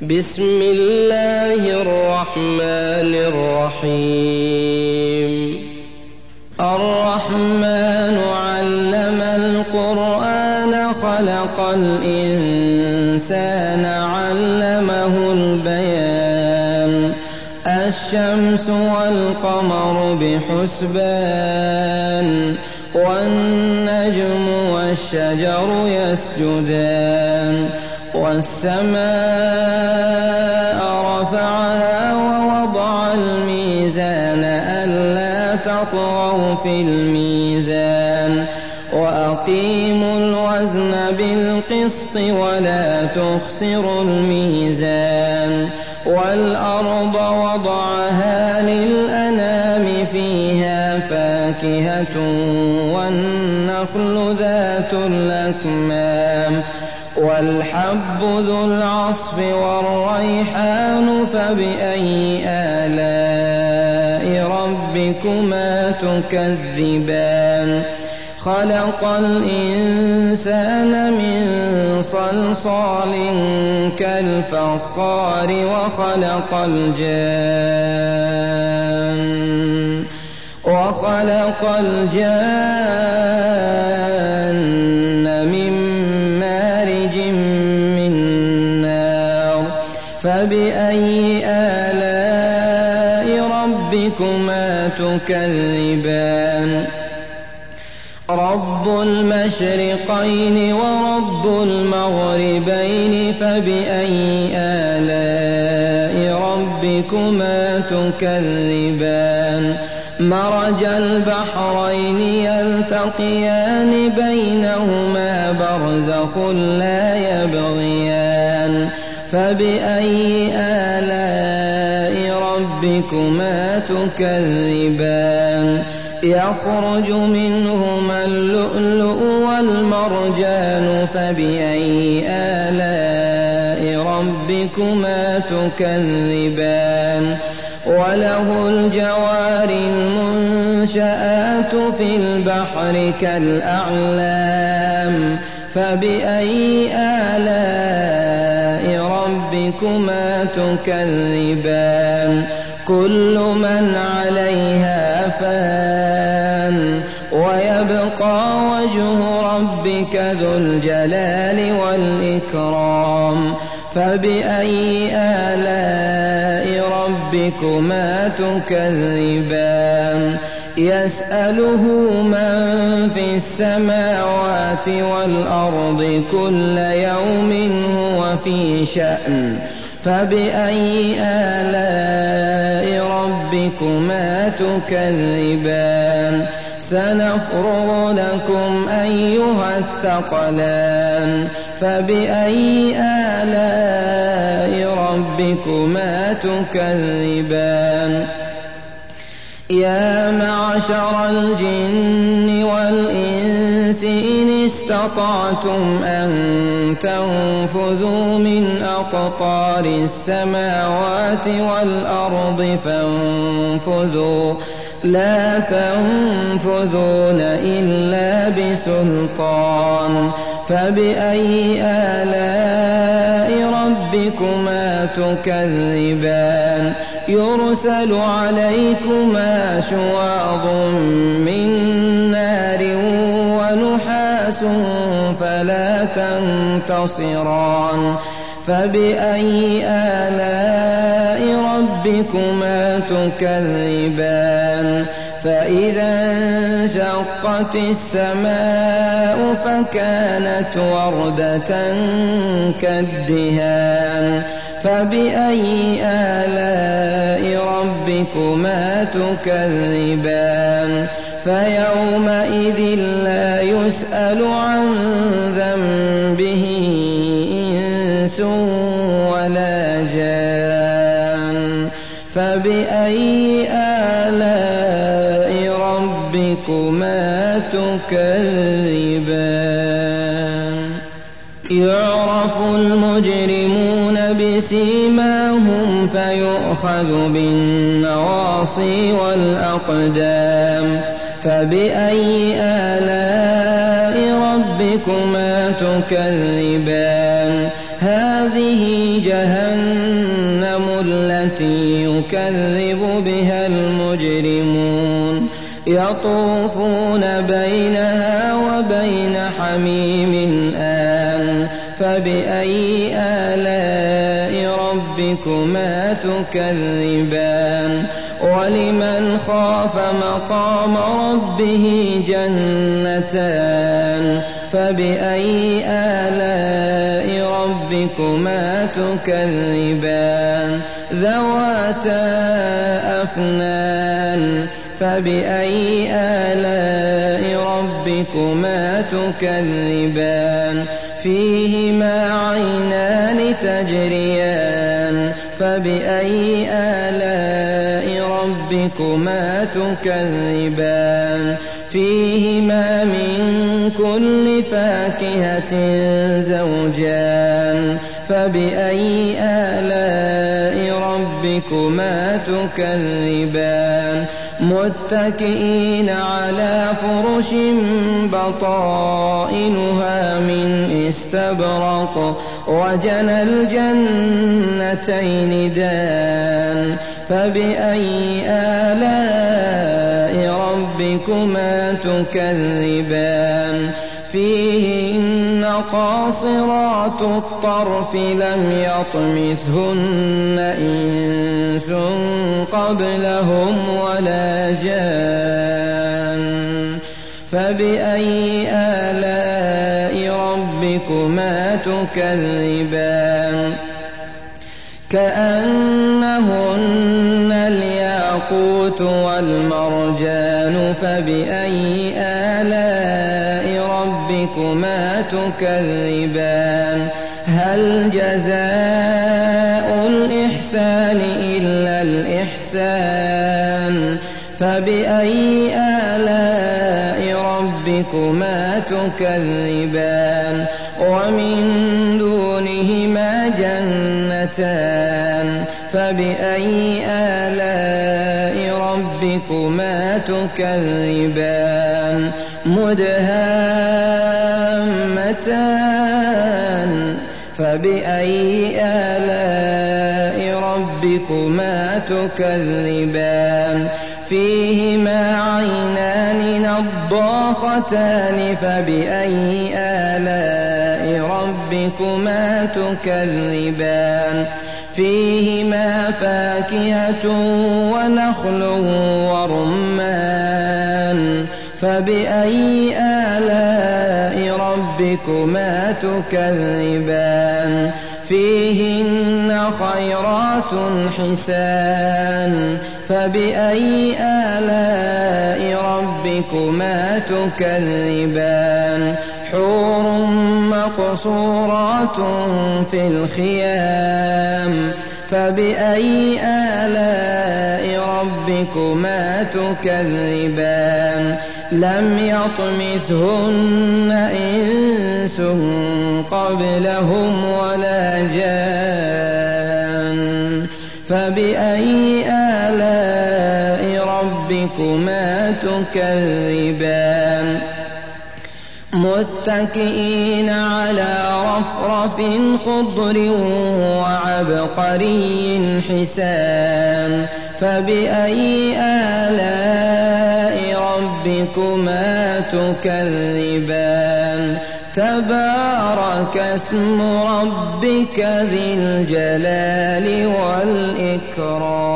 بسم الله الرحمن الرحيم الرحمن علم القرآن خلق الإنسان علمه البيان الشمس والقمر بحسبان والنجم والشجر يسجدان والسماء رفعها ووضع الميزان ألا تطغوا في الميزان وأقيموا الوزن بالقسط ولا تخسروا الميزان والأرض وضعها للأنام فيها فاكهة والنخل ذات الأكمام والحب ذو العصف والريحان فبأي آلاء ربكما تكذبان خلق الإنسان من صلصال كالفخار وخلق الجان من مارج من نار فبأي آلاء ربكما تكذبان رب المشرقين ورب المغربين فبأي آلاء ربكما تكذبان مرج البحرين يلتقيان بينهما برزخ لا يبغيان فبأي آلاء ربكما تكذبان يخرج منهما اللؤلؤ والمرجان فبأي آلاء ربكما تكذبان وله الجوار المنشآت في البحر كالأعلام فبأي آلاء ربكما تكذبان كل من عليها فان ويبقى وجه ربك ذو الجلال والإكرام فبأي آلاء ربكما تكذبان يسأله من في السماوات والأرض كل يوم هو في شأن فبأي آلاء ربكما تكذبان سنفرغ لكم أيها الثقلان فبأي آلاء ربكما تكذبان يا معشر الجن والإنس إن استطعتم أن تنفذوا من أقطار السماوات والأرض فانفذوا لا تنفذون إلا بسلطان فبأي آلاء ربكما تكذبان يرسل عليكما شواظ من نار ونحاس فلا تنتصران فبأي آلاء ربكما تكذبان فإذا انشقت السماء فكانت وردة كالدهان فبأي آلاء ربكما تكذبان فيومئذ لا يسأل عن ذنبه إنس ولا جان فبأي آلاء ربكما تكذبان يعرف المجرمون بسيماهم فيؤخذ بالنواصي والأقدام فبأي آلاء ربكما تكذبان هذه جهنم التي يكذب بها المجرمون يطوفون بينها وبين حميم آن فبأي آلاء ربكما تكذبان ولمن خاف مقام ربه جنتان فبأي آلاء ربكما تكذبان ذواتا أفنان فبأي آلاء ربكما تكذبان فيهما عينان تجريان فبأي آلاء ربكما تكذبان فيهما من كل فاكهة زوجان فبأي آلاء ربكما تكذبان متكئين على فرش بطائنها من استبرق وجنى الجنتين دان فبأي آلاء ربكما تكذبان فيهن قاصرات الطرف لم يطمثهن إنس قبلهم ولا جان فبأي آلاء ربكما تكذبان كأنهن الياقوت والمرجان فبأي آلاء ربكما تكذبان هل جزاء الإحسان إلا الإحسان فبأي آلاء ربكما تكذبان ومن دونهما جنتان فبأي آلاء ربكما تكذبان مدهامتان فبأي آلاء ربكما تكذبان فيهما عينان نضاختان فبأي آلاء ربكما تكذبان فيهما فاكهة ونخل ورمان فبأي آلاء ربكما تكذبان فيهن خيرات حسان فبأي آلاء ربكما تكذبان حور مقصورات في الخيام فبأي آلاء ربكما تكذبان لم يطمثهن إنس قبلهم ولا جان فبأي آلاء ربكما تكذبان متكئين على رفرف خضر وعبقري حسان فبأي آلاء ربكما تكذبان تبارك اسم ربك ذي الجلال والإكرام